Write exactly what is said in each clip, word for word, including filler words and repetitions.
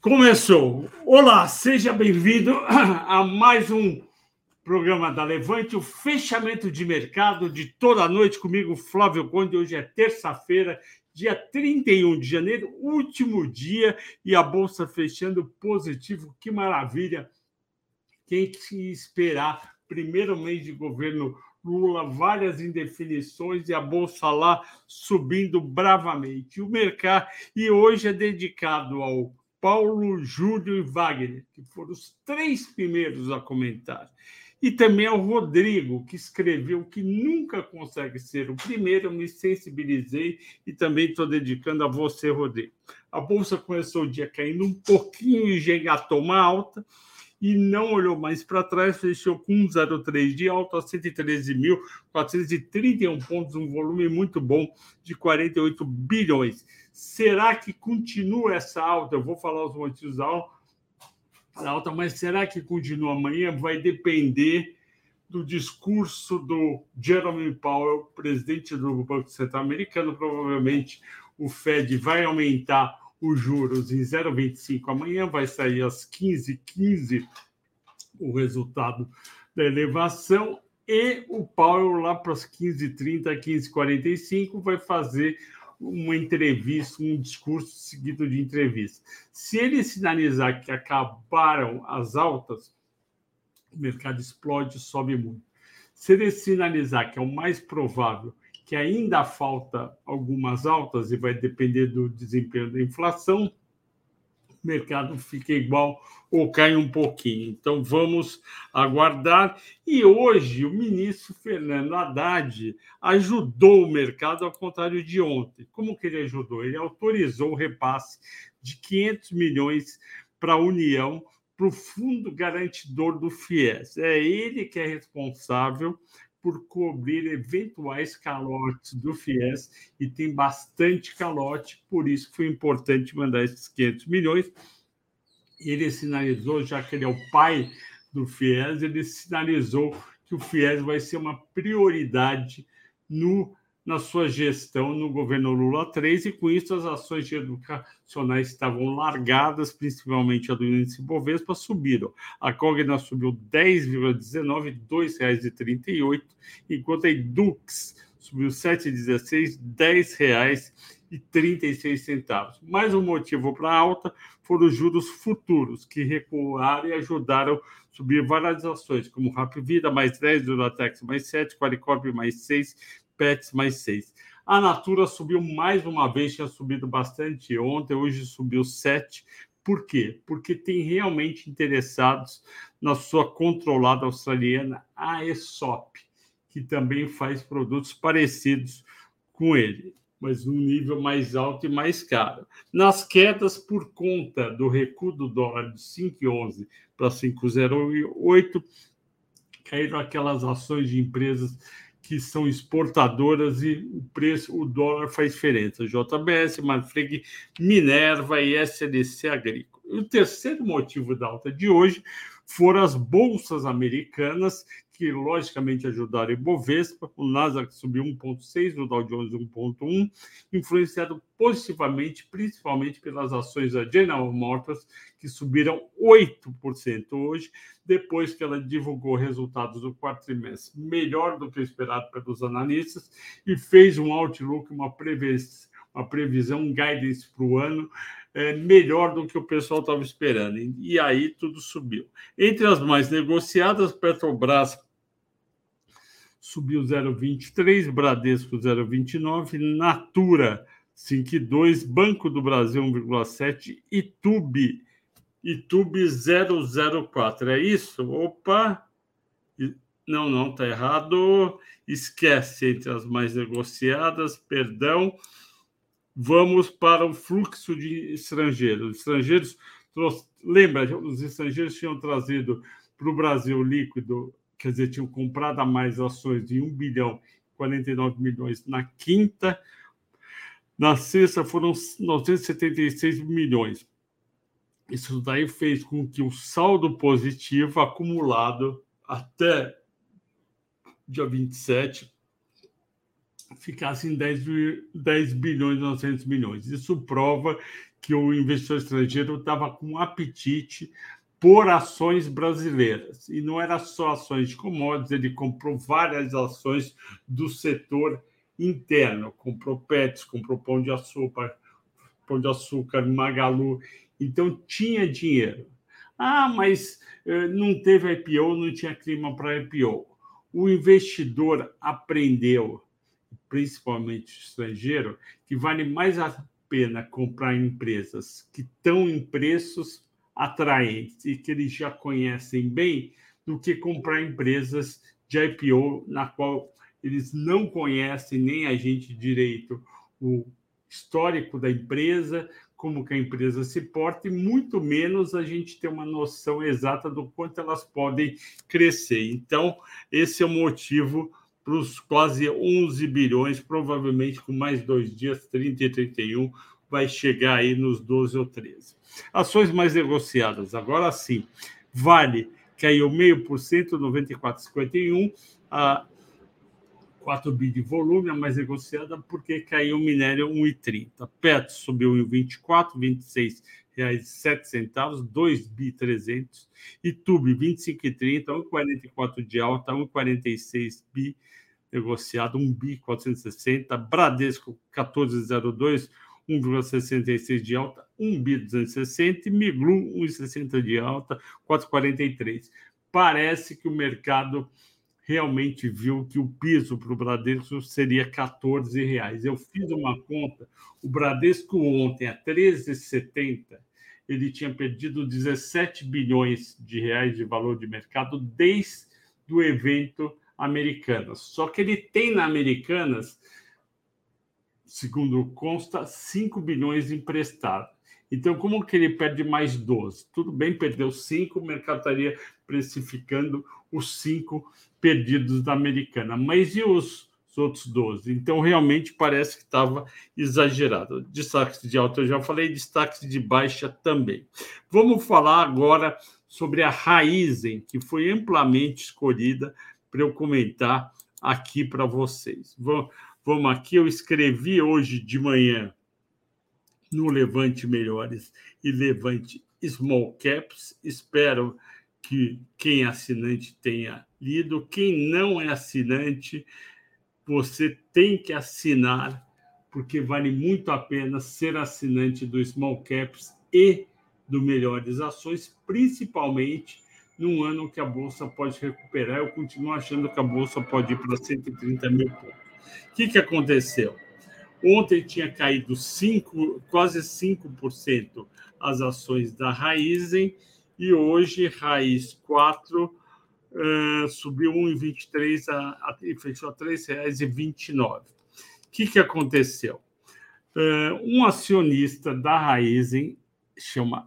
Começou. Olá, seja bem-vindo a mais um programa da Levante, o fechamento de mercado de toda a noite comigo, Flávio Conde. Hoje é terça-feira, dia trinta e um de janeiro, último dia, e a Bolsa fechando positivo. Que maravilha! Quem que esperar? Primeiro mês de governo Lula, várias indefinições e a Bolsa lá subindo bravamente. O mercado, e hoje é dedicado ao Paulo, Júlio e Wagner, que foram os três primeiros a comentar. E também ao Rodrigo, que escreveu que nunca consegue ser o primeiro. Eu me sensibilizei e também estou dedicando a você, Rodrigo. A Bolsa começou o dia caindo um pouquinho e engatou uma alta e não olhou mais para trás, fechou com um vírgula zero três de alta a cento e treze mil quatrocentos e trinta e um pontos, um volume muito bom de quarenta e oito bilhões. Será que continua essa alta? Eu vou falar os motivos da alta, mas será que continua amanhã? Vai depender do discurso do Jerome Powell, presidente do Banco Central americano. Provavelmente o Fed vai aumentar os juros em zero vírgula vinte e cinco amanhã, vai sair às quinze e quinze o resultado da elevação, e o Powell lá para as quinze e trinta, quinze e quarenta e cinco vai fazer uma entrevista, um discurso seguido de entrevista. Se ele sinalizar que acabaram as altas, o mercado explode, sobe muito. Se ele sinalizar que é o mais provável, que ainda falta algumas altas e vai depender do desempenho da inflação, o mercado fica igual ou cai um pouquinho. Então, vamos aguardar. E hoje, o ministro Fernando Haddad ajudou o mercado, ao contrário de ontem. Como que ele ajudou? Ele autorizou o repasse de quinhentos milhões para a União, para o Fundo Garantidor do FIES. É ele que é responsável por cobrir eventuais calotes do FIES, e tem bastante calote, por isso foi importante mandar esses quinhentos milhões. Ele sinalizou, já que ele é o pai do FIES, ele sinalizou que o FIES vai ser uma prioridade no, na sua gestão no governo Lula três, e com isso as ações educacionais estavam largadas, principalmente a do índice Bovespa, subiram. A Cogna subiu dez vírgula dezenove, dois reais e trinta e oito, enquanto a Edux subiu sete vírgula dezesseis, dez reais e trinta e seis centavos. Mais um motivo para a alta foram os juros futuros, que recuaram e ajudaram a subir várias ações, como Rap Vida, mais dez, Duratex, mais sete, Qualicorp, mais seis, Pets, mais seis. A Natura subiu mais uma vez, tinha subido bastante ontem, hoje subiu sete. Por quê? Porque tem realmente interessados na sua controlada australiana, a Aesop, que também faz produtos parecidos com ele, mas num nível mais alto e mais caro. Nas quedas, por conta do recuo do dólar de cinco vírgula onze para cinco vírgula zero oito, caíram aquelas ações de empresas que são exportadoras e o preço, o dólar faz diferença. J B S, Marfrig, Minerva e S L C Agrícola. E o terceiro motivo da alta de hoje foram as bolsas americanas, que logicamente ajudaram o Ibovespa. O Nasdaq subiu um vírgula seis, o Dow Jones um vírgula um, influenciado positivamente, principalmente pelas ações da General Motors, que subiram oito por cento hoje, depois que ela divulgou resultados do quarto trimestre melhor do que o esperado pelos analistas e fez um outlook, uma previsão, uma previsão, um guidance para o ano é, melhor do que o pessoal estava esperando. E aí tudo subiu. Entre as mais negociadas, Petrobras subiu zero vírgula vinte e três, Bradesco zero vírgula vinte e nove, Natura cinco vírgula dois, Banco do Brasil um vírgula sete, Itube, Itube zero vírgula zero quatro. É isso? Opa! Não, não, está errado. Esquece, entre as mais negociadas, perdão. Vamos para o fluxo de estrangeiros. Os estrangeiros, lembra, os estrangeiros tinham trazido para o Brasil líquido, quer dizer, tinham comprado a mais ações de um bilhão e quarenta e nove milhões na quinta. Na sexta foram novecentos e setenta e seis milhões. Isso daí fez com que o saldo positivo acumulado até dia vinte e sete ficasse em dez bilhões e novecentos milhões. Isso prova que o investidor estrangeiro estava com apetite por ações brasileiras. E não era só ações de commodities, ele comprou várias ações do setor interno, comprou Pets, comprou Pão de Açúcar, Pão de Açúcar, Magalu. Então, tinha dinheiro. Ah, mas eh, não teve I P O, não tinha clima para I P O. O investidor aprendeu, principalmente estrangeiro, que vale mais a pena comprar empresas que estão em preços atraentes e que eles já conhecem bem, do que comprar empresas de I P O na qual eles não conhecem nem a gente direito o histórico da empresa, como que a empresa se porta, e muito menos a gente ter uma noção exata do quanto elas podem crescer. Então, esse é o motivo para os quase onze bilhões, provavelmente com mais dois dias, trinta e trinta e um, vai chegar aí nos doze ou treze. Ações mais negociadas, agora sim, Vale caiu meio por cento, noventa e quatro vírgula cinquenta e um, a quatro bi de volume, a mais negociada, porque caiu o minério um vírgula trinta. Petro subiu um vírgula vinte e quatro, vinte e seis reais e sete centavos, dois bi trezentos. Itube, vinte e cinco vírgula trinta, um vírgula quarenta e quatro de alta, um vírgula quarenta e seis bi negociado, um bi quatrocentos e sessenta. Bradesco, quatorze vírgula zero dois, um vírgula sessenta e seis de alta, um bi duzentos e sessenta. E Miglu, um vírgula sessenta de alta, quatro vírgula quarenta e três. Parece que o mercado realmente viu que o piso para o Bradesco seria quatorze reais. Eu fiz uma conta, o Bradesco ontem, a treze reais e setenta centavos, ele tinha perdido dezessete bilhões de reais de valor de mercado desde o evento Americanas. Só que ele tem na Americanas, segundo consta, cinco bilhões emprestados. Então, como que ele perde mais doze? Tudo bem, perdeu cinco, o mercado estaria precificando os cinco perdidos da Americana. Mas e os, os outros doze? Então, realmente parece que estava exagerado. Destaques de alta eu já falei, destaques de baixa também. Vamos falar agora sobre a Raízen, que foi amplamente escolhida para eu comentar aqui para vocês. Vamos aqui, eu escrevi hoje de manhã no Levante Melhores e Levante Small Caps. Espero que quem é assinante tenha lido. Quem não é assinante, você tem que assinar, porque vale muito a pena ser assinante do Small Caps e do Melhores Ações, principalmente num ano que a Bolsa pode recuperar. Eu continuo achando que a Bolsa pode ir para cento e trinta mil pontos. O que, que aconteceu? Ontem tinha caído cinco, quase cinco por cento as ações da Raízen, e hoje Raiz quatro uh, subiu um vírgula vinte e três e fechou a três reais e vinte e nove. O que, que aconteceu? Uh, um acionista da Raízen, chama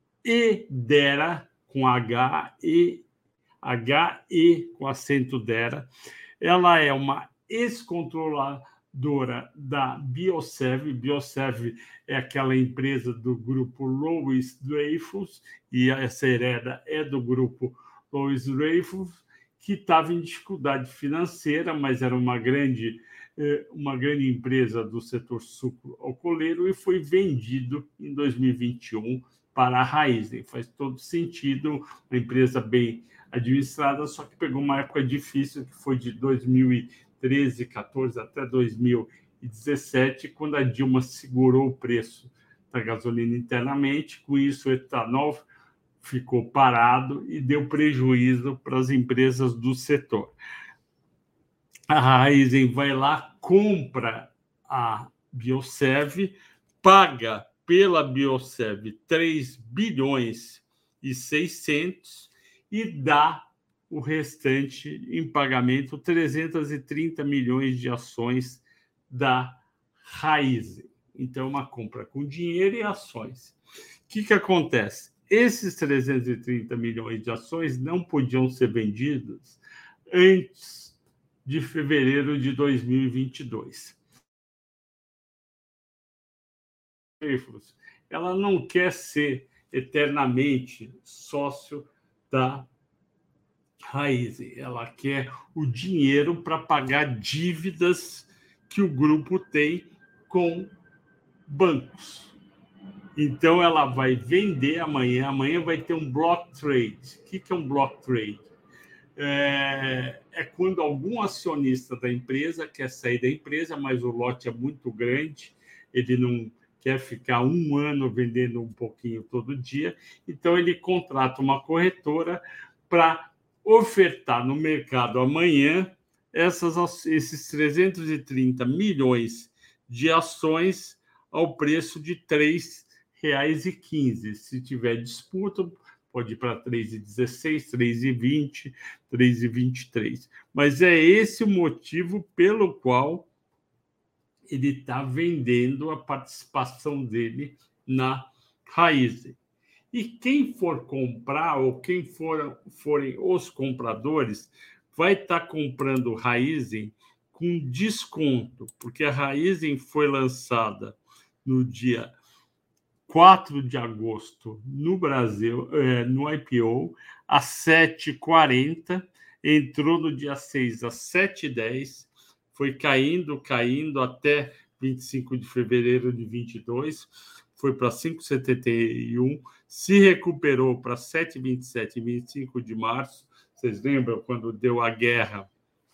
Edera, com H, E, H, E, com acento Dera, ela é uma ex-controladora da Biosev. Biosev é aquela empresa do grupo Louis Dreyfus, e essa hereda é do grupo Louis Dreyfus, que estava em dificuldade financeira, mas era uma grande, uma grande empresa do setor sucro-alcooleiro, e foi vendido em dois mil e vinte e um para a Raízen. Faz todo sentido, uma empresa bem administrada, só que pegou uma época difícil, que foi de dois mil e treze, quatorze até dois mil e dezessete, quando a Dilma segurou o preço da gasolina internamente. Com isso, o etanol ficou parado e deu prejuízo para as empresas do setor. A Raízen vai lá, compra a Biosev, paga pela Biosev três bilhões e seiscentos e dá o restante em pagamento, trezentos e trinta milhões de ações da Raízen. Então, uma compra com dinheiro e ações. O que, que acontece? Esses trezentos e trinta milhões de ações não podiam ser vendidos antes de fevereiro de dois mil e vinte e dois. Ela não quer ser eternamente sócio da Raízen. Ela quer o dinheiro para pagar dívidas que o grupo tem com bancos. Então, ela vai vender amanhã. Amanhã vai ter um block trade. O que é um block trade? É, é quando algum acionista da empresa quer sair da empresa, mas o lote é muito grande, ele não quer ficar um ano vendendo um pouquinho todo dia, então ele contrata uma corretora para ofertar no mercado amanhã essas, esses trezentos e trinta milhões de ações ao preço de três reais e quinze centavos. Se tiver disputa, pode ir para três reais e dezesseis centavos, três reais e vinte centavos, três reais e vinte e três centavos. Mas é esse o motivo pelo qual ele está vendendo a participação dele na Raizen. E quem for comprar, ou quem for, forem os compradores, vai estar tá comprando Raizen com desconto, porque a Raizen foi lançada no dia quatro de agosto no Brasil, é, no I P O, às sete e quarenta, entrou no dia seis às sete e dez, foi caindo, caindo até vinte e cinco de fevereiro de vinte e dois, foi para cinco reais e setenta e um, se recuperou para sete reais e vinte e sete e vinte e cinco de março. Vocês lembram quando deu a guerra,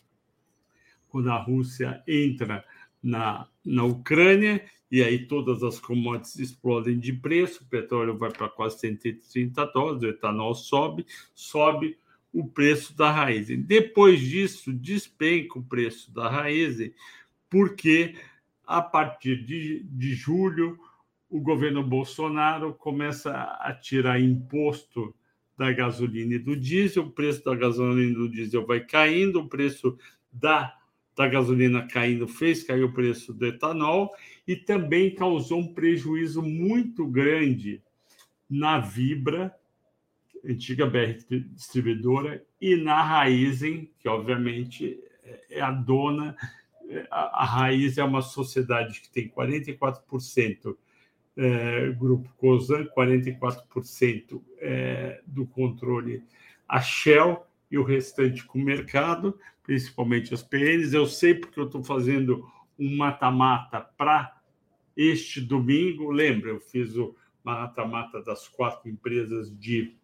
quando a Rússia entra na, na Ucrânia, e aí todas as commodities explodem de preço, o petróleo vai para quase cento e trinta dólares, o etanol sobe, sobe o preço da Raizen. Depois disso, despenca o preço da Raizen, porque a partir de, de julho, o governo Bolsonaro começa a tirar imposto da gasolina e do diesel, o preço da gasolina e do diesel vai caindo, o preço da da gasolina caindo, fez cair o preço do etanol e também causou um prejuízo muito grande na Vibra, antiga B R Distribuidora, e na Raizen, que obviamente é a dona. A Raizen é uma sociedade que tem quarenta e quatro por cento é, Grupo Cosan, quarenta e quatro por cento é, do controle a Shell, e o restante com o mercado, principalmente as P Ns. Eu sei porque eu estou fazendo um mata-mata para este domingo. Lembra, eu fiz o mata-mata das quatro empresas de,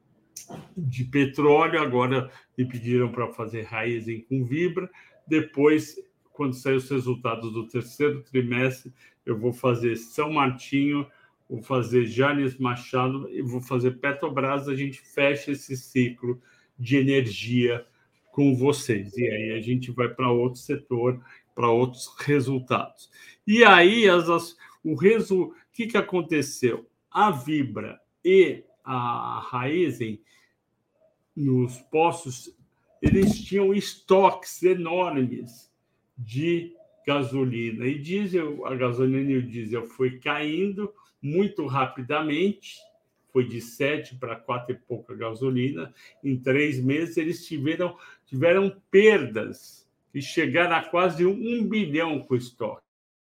de petróleo, agora me pediram para fazer Raizen com Vibra. Depois, quando sair os resultados do terceiro trimestre, eu vou fazer São Martinho, vou fazer Jalles Machado e vou fazer Petrobras. A gente fecha esse ciclo de energia com vocês. E aí a gente vai para outro setor, para outros resultados. E aí, as, as, o resu, que, que aconteceu? A Vibra e a Raizen, nos postos, eles tinham estoques enormes de gasolina e diesel. A gasolina e o diesel foi caindo muito rapidamente, foi de sete para quatro e pouca gasolina. Em três meses, eles tiveram, tiveram perdas que chegaram a quase um bilhão com o estoque.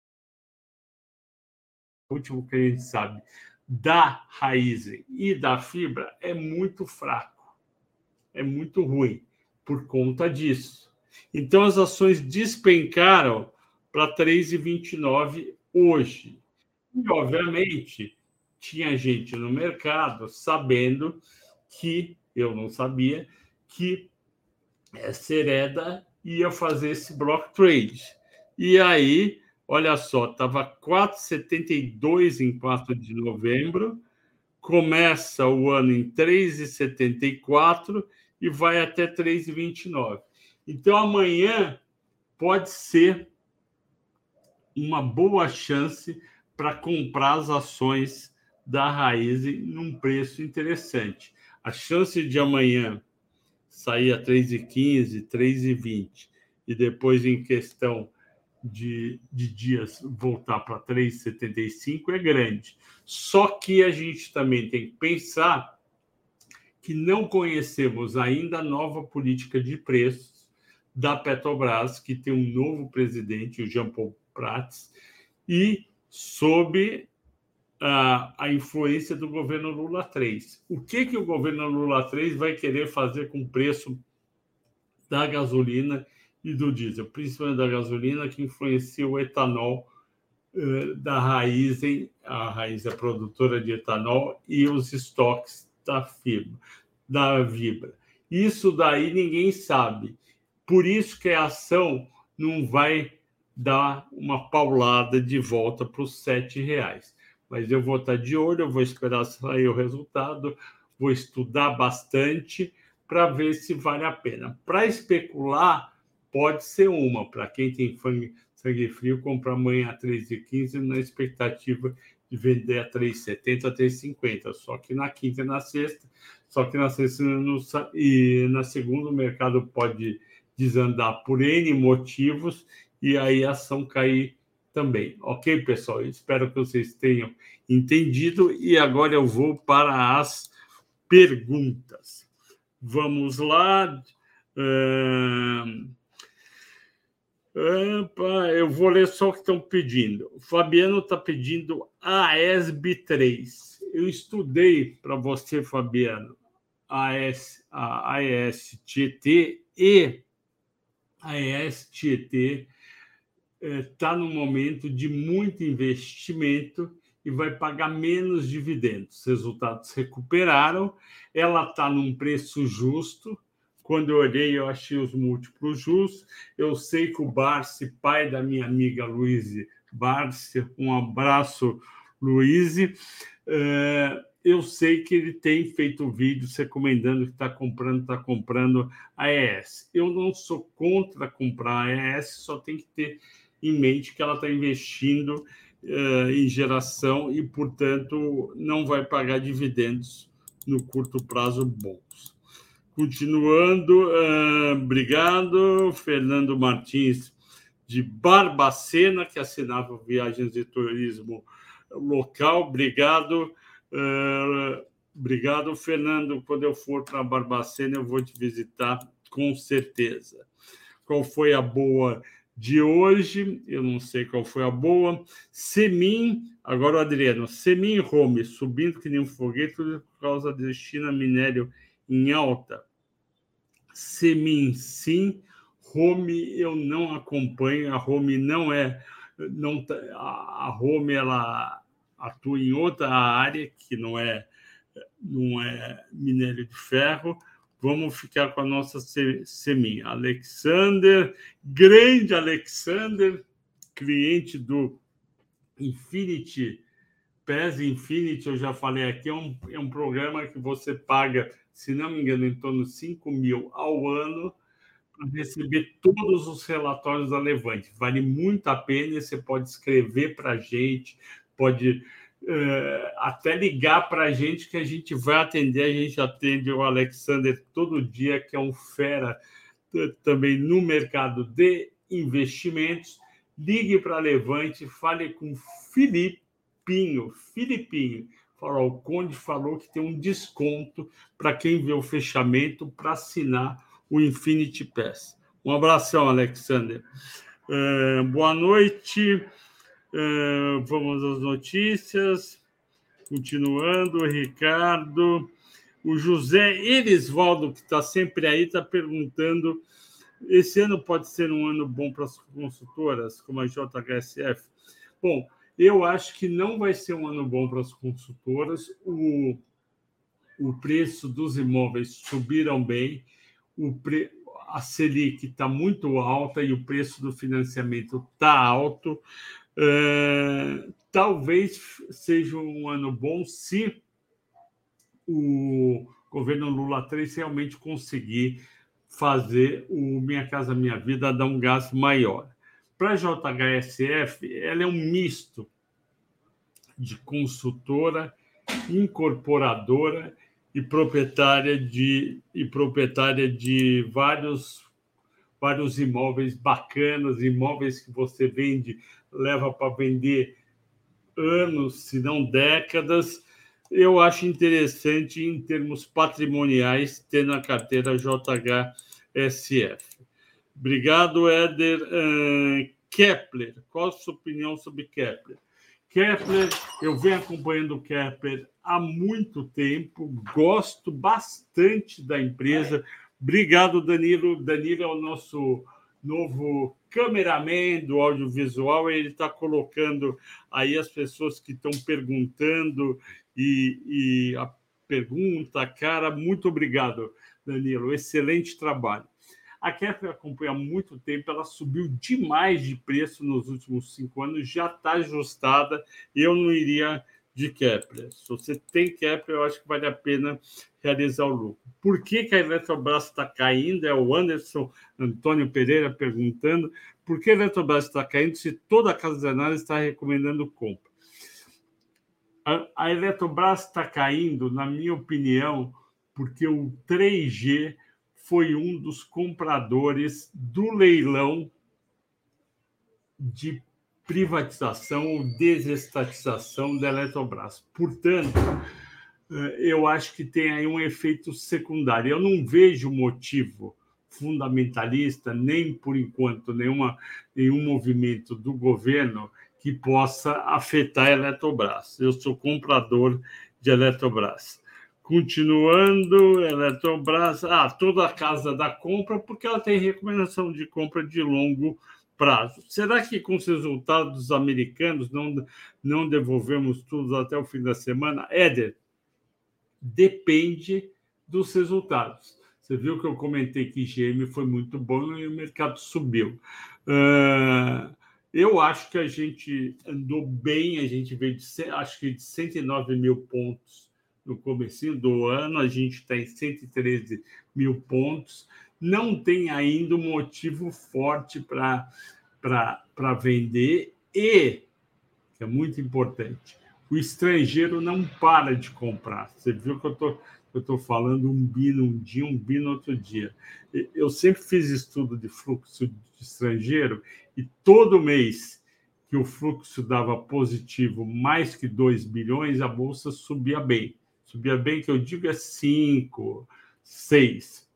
O último que a gente sabe da Raizen e da Fibra é muito fraco, é muito ruim por conta disso. Então, as ações despencaram para três reais e vinte e nove centavos hoje. E, obviamente, tinha gente no mercado sabendo que, eu não sabia, que a Sereda ia fazer esse block trade. E aí, olha só, estava quatro reais e setenta e dois centavos em quatro de novembro, começa o ano em três reais e setenta e quatro centavos e vai até três reais e vinte e nove centavos. Então, amanhã pode ser uma boa chance para comprar as ações da Raizen num preço interessante. A chance de amanhã sair a três reais e quinze centavos, três reais e vinte centavos, e depois, em questão de, de dias, voltar para três reais e setenta e cinco centavos é grande. Só que a gente também tem que pensar que não conhecemos ainda a nova política de preços da Petrobras, que tem um novo presidente, o Jean Paul Prats, e sob a, a influência do governo Lula três. O que, que o governo Lula três vai querer fazer com o preço da gasolina e do diesel, principalmente da gasolina, que influencia o etanol da Raízen, a Raízen é produtora de etanol, e os estoques da Fibra, da Vibra. Isso daí ninguém sabe. Por isso que a ação não vai dar uma paulada de volta para os sete reais. Mas eu vou estar de olho, eu vou esperar sair o resultado, vou estudar bastante para ver se vale a pena. Para especular, pode ser uma. Para quem tem sangue frio, comprar amanhã a três reais e quinze centavos na expectativa de vender a três reais e setenta centavos, três reais e cinquenta centavos. Só que na quinta e na sexta, só que na sexta e na segunda o mercado pode desandar por N motivos e aí a ação cair também. Ok, pessoal? Eu espero que vocês tenham entendido e agora eu vou para as perguntas. Vamos lá. Uh... Opa, eu vou ler só o que estão pedindo. O Fabiano está pedindo A E S B três. Eu estudei para você, Fabiano, a A E S Tietê e a E S Tietê está num momento de muito investimento e vai pagar menos dividendos. Os resultados recuperaram, ela está num preço justo. Quando eu olhei, eu achei os múltiplos justos. Eu sei que o Barsi, pai da minha amiga Luíse Barsi, um abraço, Luíse, eu sei que ele tem feito vídeos recomendando que está comprando, está comprando a E S. Eu não sou contra comprar a E S, só tem que ter em mente que ela está investindo uh, em geração e, portanto, não vai pagar dividendos no curto prazo bons. Continuando, uh, obrigado, Fernando Martins, de Barbacena, que assinava Viagens de Turismo Local. Obrigado. Uh, obrigado, Fernando. Quando eu for para Barbacena, eu vou te visitar com certeza. Qual foi a boa de hoje? Eu não sei qual foi a boa. Semin, agora o Adriano, Semin Home, subindo que nem um foguete por causa da China Minério em alta. Semin, sim. Home, eu não acompanho. A Home não é... Não, a Home, ela atua em outra área, que não é, não é minério de ferro. Vamos ficar com a nossa Semin. Alexander, grande Alexander, cliente do Infinity, P E S Infinity, eu já falei aqui, é um, é um programa que você paga, se não me engano, em torno de cinco mil ao ano para receber todos os relatórios da Levante. Vale muito a pena, você pode escrever para a gente, pode uh, até ligar para a gente, que a gente vai atender. A gente atende o Alexander todo dia, que é um fera também no mercado de investimentos. Ligue para a Levante, fale com o Filipinho. Filipinho. O Conde falou que tem um desconto para quem vê o fechamento para assinar o Infinity Pass. Um abração, Alexander. Uh, boa noite. Uh, vamos às notícias. Continuando, Ricardo. O José Erisvaldo, que está sempre aí, está perguntando: esse ano pode ser um ano bom para as consultoras, como a J H S F? Bom, eu acho que não vai ser um ano bom para as consultoras. O, o preço dos imóveis subiram bem, o pre, a Selic está muito alta e o preço do financiamento está alto. Uh, talvez seja um ano bom se o governo Lula três realmente conseguir fazer o Minha Casa Minha Vida dar um gás maior. Para a J H S F, ela é um misto de consultora, incorporadora e proprietária de, e proprietária de vários, vários imóveis bacanas, imóveis que você vende, leva para vender anos, se não décadas. Eu acho interessante, em termos patrimoniais, ter na carteira J H S F. Obrigado, Éder. Uh, Kepler, qual a sua opinião sobre Kepler? Kepler, eu venho acompanhando o Kepler há muito tempo, gosto bastante da empresa. Obrigado, Danilo. Danilo é o nosso novo cameraman do audiovisual, ele está colocando aí as pessoas que estão perguntando e, e a pergunta, cara, muito obrigado, Danilo, excelente trabalho. A Kepler acompanha há muito tempo, ela subiu demais de preço nos últimos cinco anos, já está ajustada, eu não iria de Kepler. Se você tem Kepler, eu acho que vale a pena realizar o lucro. Por que, que a Eletrobras está caindo? É o Anderson Antônio Pereira perguntando por que a Eletrobras está caindo se toda a casa de análise está recomendando compra. A, a Eletrobras está caindo, na minha opinião, porque o três G foi um dos compradores do leilão de privatização ou desestatização da Eletrobras. Portanto, eu acho que tem aí um efeito secundário. Eu não vejo motivo fundamentalista, nem por enquanto, nenhuma, nenhum movimento do governo que possa afetar a Eletrobras. Eu sou comprador de Eletrobras. Continuando, Eletrobras, ah, toda a casa da compra, porque ela tem recomendação de compra de longo prazo. Será que com os resultados americanos não, não devolvemos tudo até o fim da semana? Éder, depende dos resultados. Você viu que eu comentei que G M foi muito bom e o mercado subiu. Uh, eu acho que a gente andou bem, a gente veio de, acho que de cento e nove mil pontos no comecinho do ano, a gente está em cento e treze mil pontos. Não tem ainda um motivo forte para para vender e, que é muito importante, o estrangeiro não para de comprar. Você viu que eu tô, eu estou falando um bi num dia, um bi no outro dia. Eu sempre fiz estudo de fluxo de estrangeiro e todo mês que o fluxo dava positivo mais que dois bilhões, a Bolsa subia bem. Subia bem, que eu digo, é cinco, seis.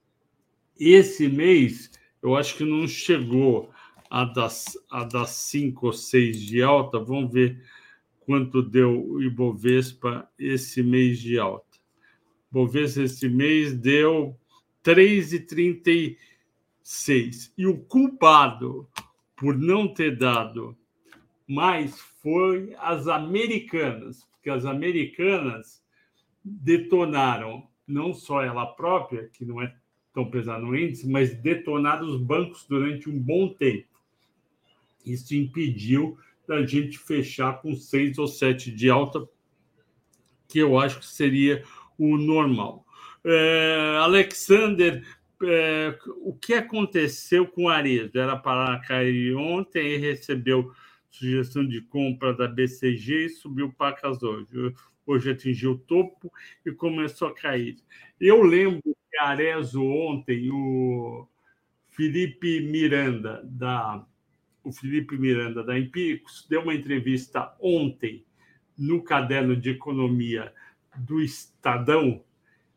Esse mês, eu acho que não chegou a dar, a dar cinco ou seis de alta. Vamos ver quanto deu o Ibovespa esse mês de alta. O Ibovespa esse mês deu três vírgula trinta e seis. E o culpado por não ter dado mais foi as americanas, porque as americanas detonaram não só ela própria, que não é tão pesada no índice, mas detonaram os bancos durante um bom tempo. Isso impediu da gente fechar com seis ou sete de alta, que eu acho que seria o normal. É, Alexander, é, o que aconteceu com o Arezzo? Era para cair ontem e recebeu sugestão de compra da B C G e subiu pacas hoje. Hoje atingiu o topo e começou a cair. Eu lembro que a Arezzo ontem, o Felipe Miranda, da, o Felipe Miranda da Empíricos, deu uma entrevista ontem no caderno de economia do Estadão,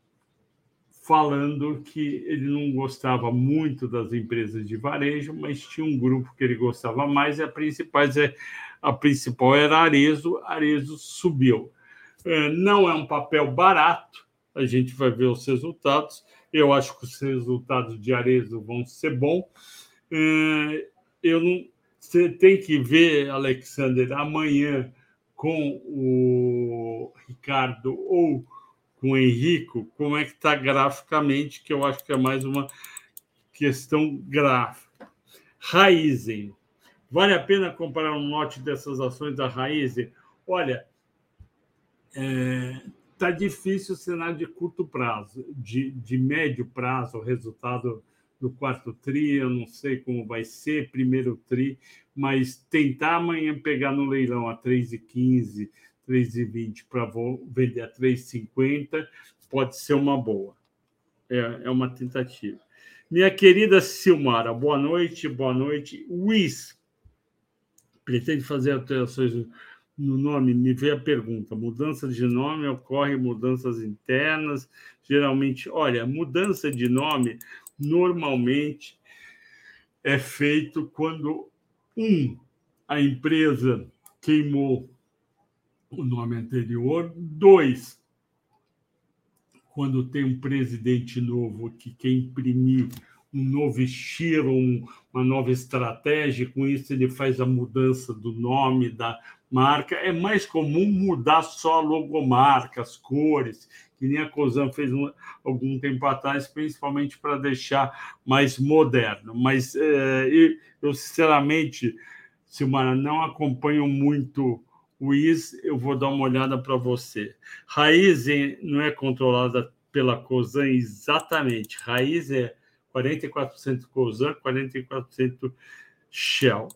falando que ele não gostava muito das empresas de varejo, mas tinha um grupo que ele gostava mais, e a principal, a principal era a Arezzo. A Arezzo subiu. Não é um papel barato, a gente vai ver os resultados. Eu acho que os resultados de Arezzo vão ser bons. Eu não, você tem que ver, Alexander, amanhã com o Ricardo ou com o Henrico, como é que está graficamente, que eu acho que é mais uma questão gráfica. Raizen. Vale a pena comprar um lote dessas ações da Raizen? Olha, está é, difícil o cenário de curto prazo. De, de médio prazo, o resultado do quarto tri, eu não sei como vai ser, primeiro tri, mas tentar amanhã pegar no leilão a três e quinze, três e vinte para vender a três e cinquenta pode ser uma boa. É, é uma tentativa. Minha querida Silmara, boa noite, boa noite. Luiz, pretende fazer alterações no nome? Me veio a pergunta. Mudança de nome ocorre mudanças internas, geralmente. Olha, mudança de nome normalmente é feito quando, um, a empresa queimou o nome anterior, dois, quando tem um presidente novo que quer imprimir um novo estilo, um, uma nova estratégia. Com isso, ele faz a mudança do nome da marca. É mais comum mudar só a logomarca, as cores, que nem a Cosan fez um, algum tempo atrás, principalmente para deixar mais moderno. Mas é, eu, sinceramente, Silmara, não acompanho muito o I S, eu vou dar uma olhada para você. Raízen não é controlada pela Cosan exatamente. Raízen é quarenta e quatro por cento Cosan, quarenta e quatro por cento Shell.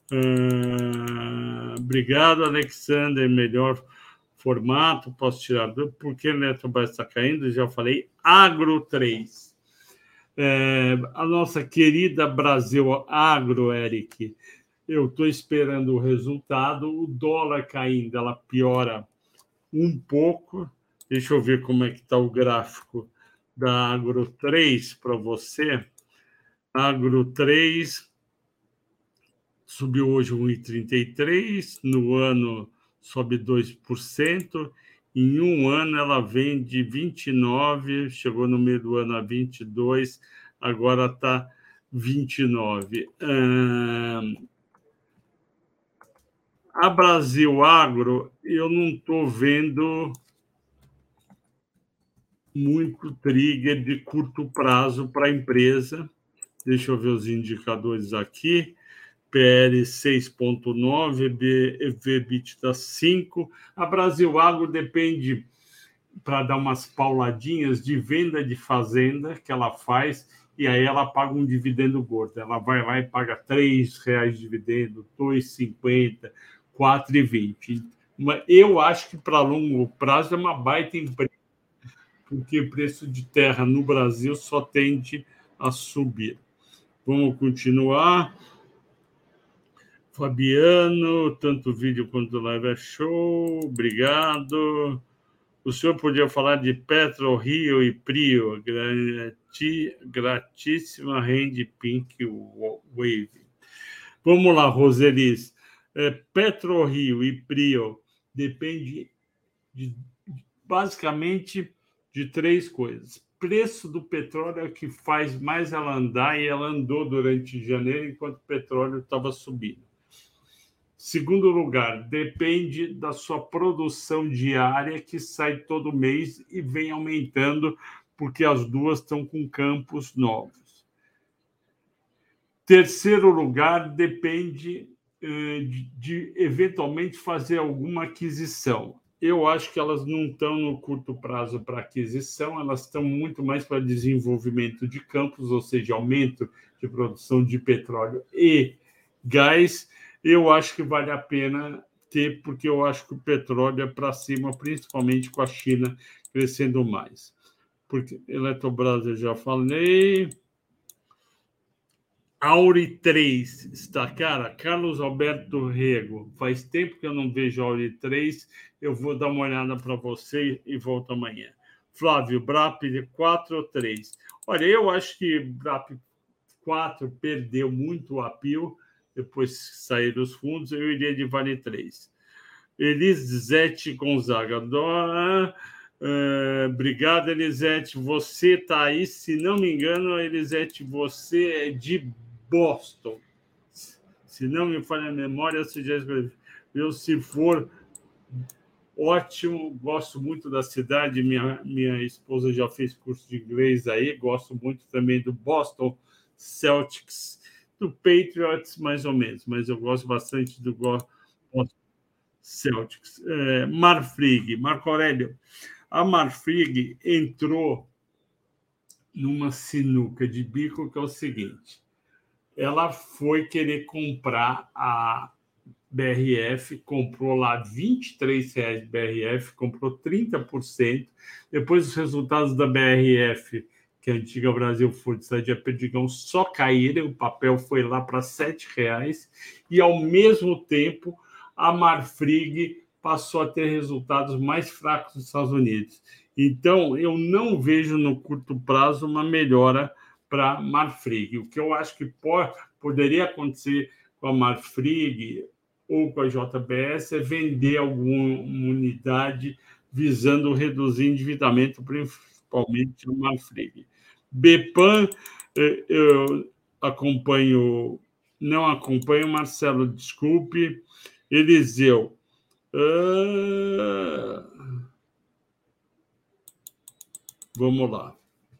Uh, obrigado, Alexander. Melhor formato, posso tirar dúvida. Por que a Eletrobras está caindo? Já falei. Agro três. É, a nossa querida Brasil Agro, Eric, eu estou esperando o resultado. O dólar caindo, ela piora um pouco. Deixa eu ver como é que está o gráfico da Agro três para você. Agro três subiu hoje um vírgula trinta e três, no ano sobe dois por cento. Em um ano ela vem de vinte e nove, chegou no meio do ano a vinte e dois, agora está vinte e nove. Hum... A Brasil Agro, eu não estou vendo muito trigger de curto prazo para a empresa. Deixa eu ver os indicadores aqui. P L seis vírgula nove, E V EBITDA cinco. A Brasil Agro depende, para dar umas pauladinhas, de venda de fazenda que ela faz, e aí ela paga um dividendo gordo. Ela vai lá e paga três reais de dividendo, dois reais e cinquenta, quatro reais e vinte. Eu acho que para longo prazo é uma baita empresa, porque o preço de terra no Brasil só tende a subir. Vamos continuar. Fabiano, tanto vídeo quanto live é show, obrigado. O senhor podia falar de Petro, Rio e Prio, grati, gratíssima rende Pink Wave. Vamos lá, Roselis. É, Petro, Rio e Prio depende de, basicamente de três coisas. Preço do petróleo é o que faz mais ela andar, e ela andou durante janeiro enquanto o petróleo estava subindo. Segundo lugar, depende da sua produção diária, que sai todo mês e vem aumentando, porque as duas estão com campos novos. Terceiro lugar, depende eh, de, de, eventualmente, fazer alguma aquisição. Eu acho que elas não estão no curto prazo para aquisição, elas estão muito mais para desenvolvimento de campos, ou seja, aumento de produção de petróleo e gás. Eu acho que vale a pena ter, porque eu acho que o petróleo é para cima, principalmente com a China crescendo mais. Porque Eletrobras eu já falei. Auri três está cara. Carlos Alberto Rego, faz tempo que eu não vejo Auri três. Eu vou dar uma olhada para você e volto amanhã. Flávio, B R A P quatro ou três? Olha, eu acho que B R A P quatro perdeu muito o apelo. Depois que saíram os fundos, eu iria de Vale três. Elisete Gonzaga. Uh, obrigado, Elisete. Você está aí, se não me engano, Elisete, você é de Boston. Se não me falha a memória, você já escreveu. Se for, ótimo. Gosto muito da cidade. Minha, minha esposa já fez curso de inglês aí. Gosto muito também do Boston Celtics. Do Patriots, mais ou menos, mas eu gosto bastante do Celtics. É, Marfrig, Marco Aurélio. A Marfrig entrou numa sinuca de bico, que é o seguinte: ela foi querer comprar a B R F, comprou lá vinte e três reais de B R F, comprou trinta por cento. Depois, os resultados da B R F, que a antiga Brasil Futsal de Perdigão, só caíram, o papel foi lá para sete reais, e, ao mesmo tempo, a Marfrig passou a ter resultados mais fracos nos Estados Unidos. Então, eu não vejo no curto prazo uma melhora para a Marfrig. O que eu acho que pode, poderia acontecer com a Marfrig ou com a J B S é vender alguma unidade visando reduzir endividamento, principalmente a Marfrig. Bepan, eu acompanho, não acompanho, Marcelo, desculpe. Eliseu. Uh... Vamos lá.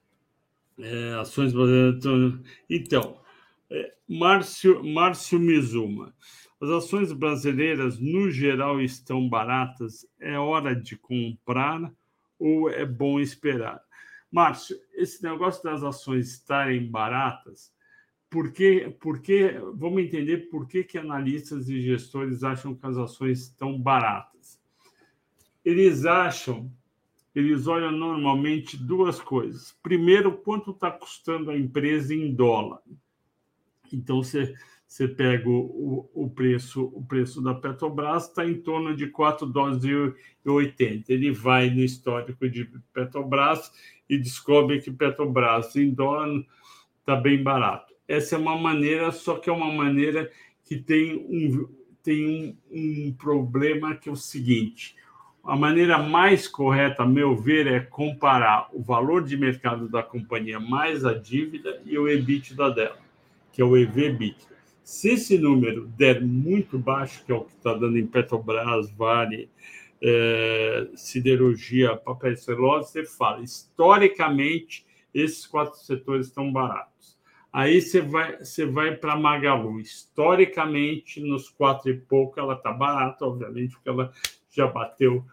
É, ações brasileiras. Então, é, Márcio, Márcio Mizuma. As ações brasileiras, no geral, estão baratas. É hora de comprar ou é bom esperar? Márcio, esse negócio das ações estarem baratas, por que, por que, vamos entender por que, que analistas e gestores acham que as ações estão baratas. Eles acham, eles olham normalmente duas coisas. Primeiro, quanto está custando a empresa em dólar. Então, você, você pega o, o, preço, o preço da Petrobras, está em torno de quatro dólares e oitenta. Ele vai no histórico de Petrobras e descobre que Petrobras em dólar está bem barato. Essa é uma maneira, só que é uma maneira que tem um, tem um, um problema que é o seguinte: a maneira mais correta, a meu ver, é comparar o valor de mercado da companhia mais a dívida e o EBITDA dela, que é o E V/EBITDA. Se esse número der muito baixo, que é o que está dando em Petrobras, Vale, é, siderurgia, papel e celulose, você fala, historicamente, esses quatro setores estão baratos. Aí você vai, você vai para a Magalu. Historicamente, nos quatro e pouco, ela está barata, obviamente, porque ela já bateu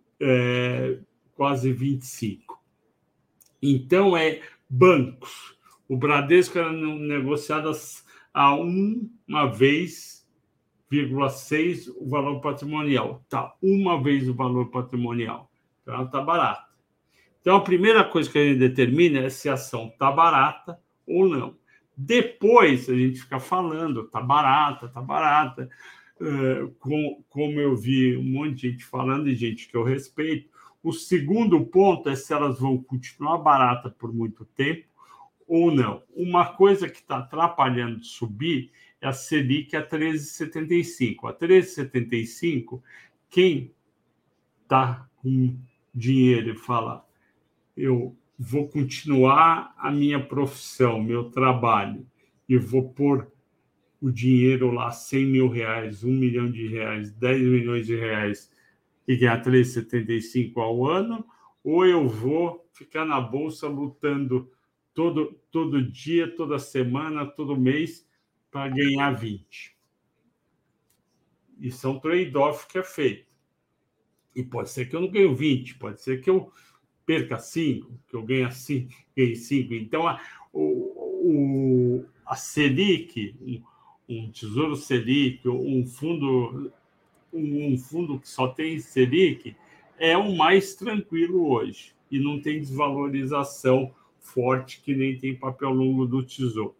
é, quase vinte e cinco. Então, é bancos. O Bradesco era negociado a uma vez, vírgula seis o valor patrimonial. Tá, uma vez o valor patrimonial. Então, ela está barata. Então, a primeira coisa que a gente determina é se a ação está barata ou não. Depois, a gente fica falando, está barata, está barata. Uh, com, como eu vi um monte de gente falando, e gente que eu respeito. O segundo ponto é se elas vão continuar barata por muito tempo ou não. Uma coisa que está atrapalhando de subir é a Selic a treze vírgula setenta e cinco. A treze vírgula setenta e cinco, quem está com dinheiro e fala, eu vou continuar a minha profissão, meu trabalho, e vou pôr o dinheiro lá, cem mil reais, um milhão de reais, dez milhões de reais, e ganhar treze vírgula setenta e cinco ao ano, ou eu vou ficar na bolsa lutando todo, todo dia, toda semana, todo mês, para ganhar vinte. Isso é um trade-off que é feito. E pode ser que eu não ganhe vinte, pode ser que eu perca cinco, que eu ganhe cinco. Ganhe cinco. Então, a, o, a Selic, um, um Tesouro Selic, um fundo, um, um fundo que só tem Selic, é o mais tranquilo hoje. E não tem desvalorização forte que nem tem papel longo do Tesouro.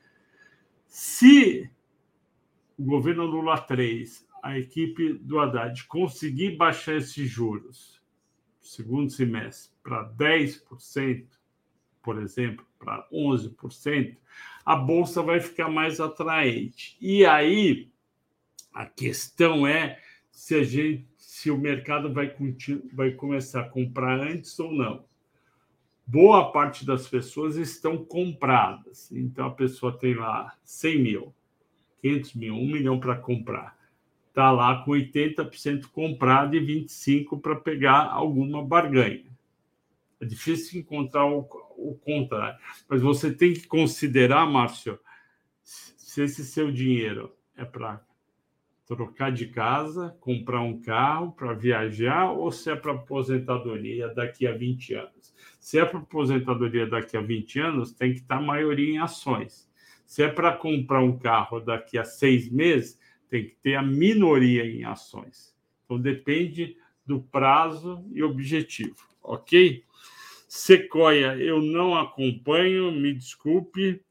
Se o governo Lula três, a equipe do Haddad, conseguir baixar esses juros no segundo semestre para dez por cento, por exemplo, para onze por cento, a Bolsa vai ficar mais atraente. E aí, a questão é se, a gente, se o mercado vai, vai começar a comprar antes ou não. Boa parte das pessoas estão compradas. Então, a pessoa tem lá cem mil, quinhentos mil, um milhão para comprar. Está lá com oitenta por cento comprado e vinte e cinco por cento para pegar alguma barganha. É difícil encontrar o, o contrário. Mas você tem que considerar, Márcio, se esse seu dinheiro é para trocar de casa, comprar um carro, para viajar, ou se é para aposentadoria daqui a vinte anos. Se é para aposentadoria daqui a vinte anos, tem que estar a maioria em ações. Se é para comprar um carro daqui a seis meses, tem que ter a minoria em ações. Então, depende do prazo e objetivo, ok? Sequoia, eu não acompanho, me desculpe.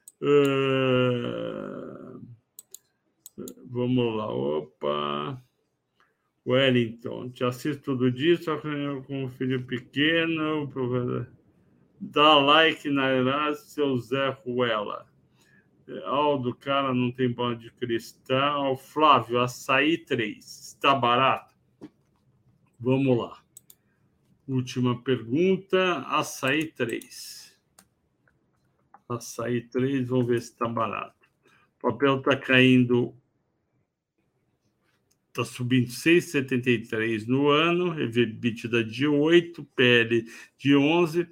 Uh... Vamos lá, opa. Wellington, te assisto todo dia, só com um filho pequeno. Dá like na Erasmo, seu Zé Ruela. Aldo, cara, não tem bola de cristal. Flávio, açaí três. Está barato? Vamos lá. Última pergunta, açaí três. Açaí três, vamos ver se está barato. O papel está caindo, está subindo seis vírgula setenta e três no ano, EBITDA de oito, P L de onze.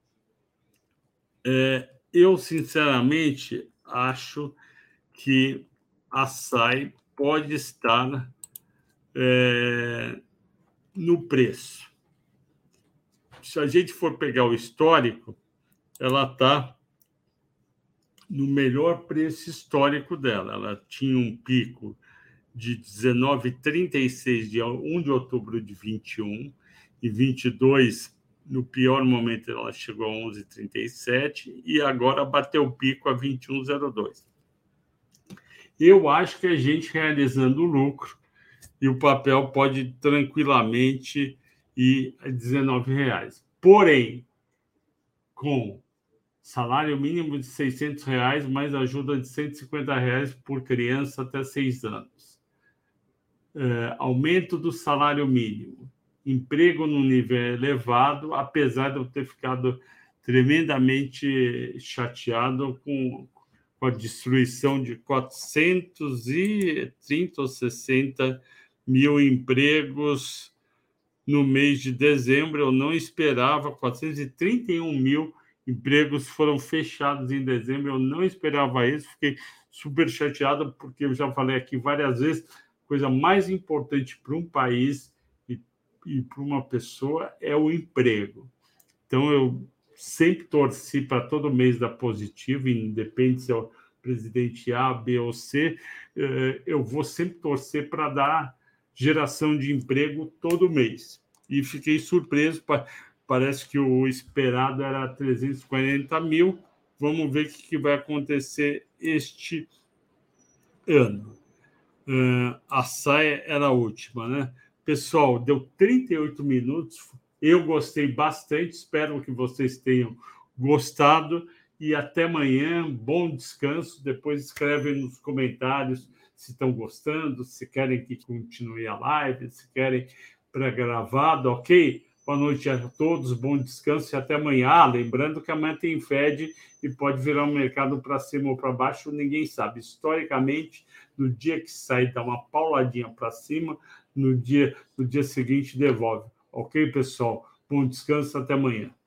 É, eu, sinceramente, acho que a Açaí pode estar é, no preço. Se a gente for pegar o histórico, ela está no melhor preço histórico dela. Ela tinha um pico de dezenove vírgula trinta e seis, dia um de outubro de vinte e um, e vinte e dois, no pior momento, ela chegou a onze vírgula trinta e sete, e agora bateu o pico a vinte e um vírgula zero dois. Eu acho que a gente realizando o lucro, e o papel pode tranquilamente ir a dezenove reais. Porém, com salário mínimo de seiscentos reais, mais ajuda de cento e cinquenta reais por criança até seis anos. É, aumento do salário mínimo. Emprego no nível elevado, apesar de eu ter ficado tremendamente chateado com, com a destruição de quatrocentos e trinta ou sessenta mil empregos no mês de dezembro. Eu não esperava, quatrocentos e trinta e um mil empregos foram fechados em dezembro, eu não esperava isso, fiquei super chateado, porque eu já falei aqui várias vezes, a coisa mais importante para um país e, e para uma pessoa é o emprego. Então, eu sempre torci para todo mês dar positivo, independente se é o presidente A, B ou C, eu vou sempre torcer para dar geração de emprego todo mês. E fiquei surpreso, parece que o esperado era trezentos e quarenta mil. Vamos ver o que vai acontecer este ano. A saia era a última, né? Pessoal, deu trinta e oito minutos. Eu gostei bastante, espero que vocês tenham gostado. E até amanhã, bom descanso. Depois escrevem nos comentários se estão gostando, se querem que continue a live, se querem pré-gravado, ok? Boa noite a todos, bom descanso e até amanhã. Ah, lembrando que amanhã tem Fed e pode virar um mercado para cima ou para baixo, ninguém sabe. Historicamente, no dia que sai, dá uma pauladinha para cima, no dia, no dia seguinte devolve. Ok, pessoal? Bom descanso, até amanhã.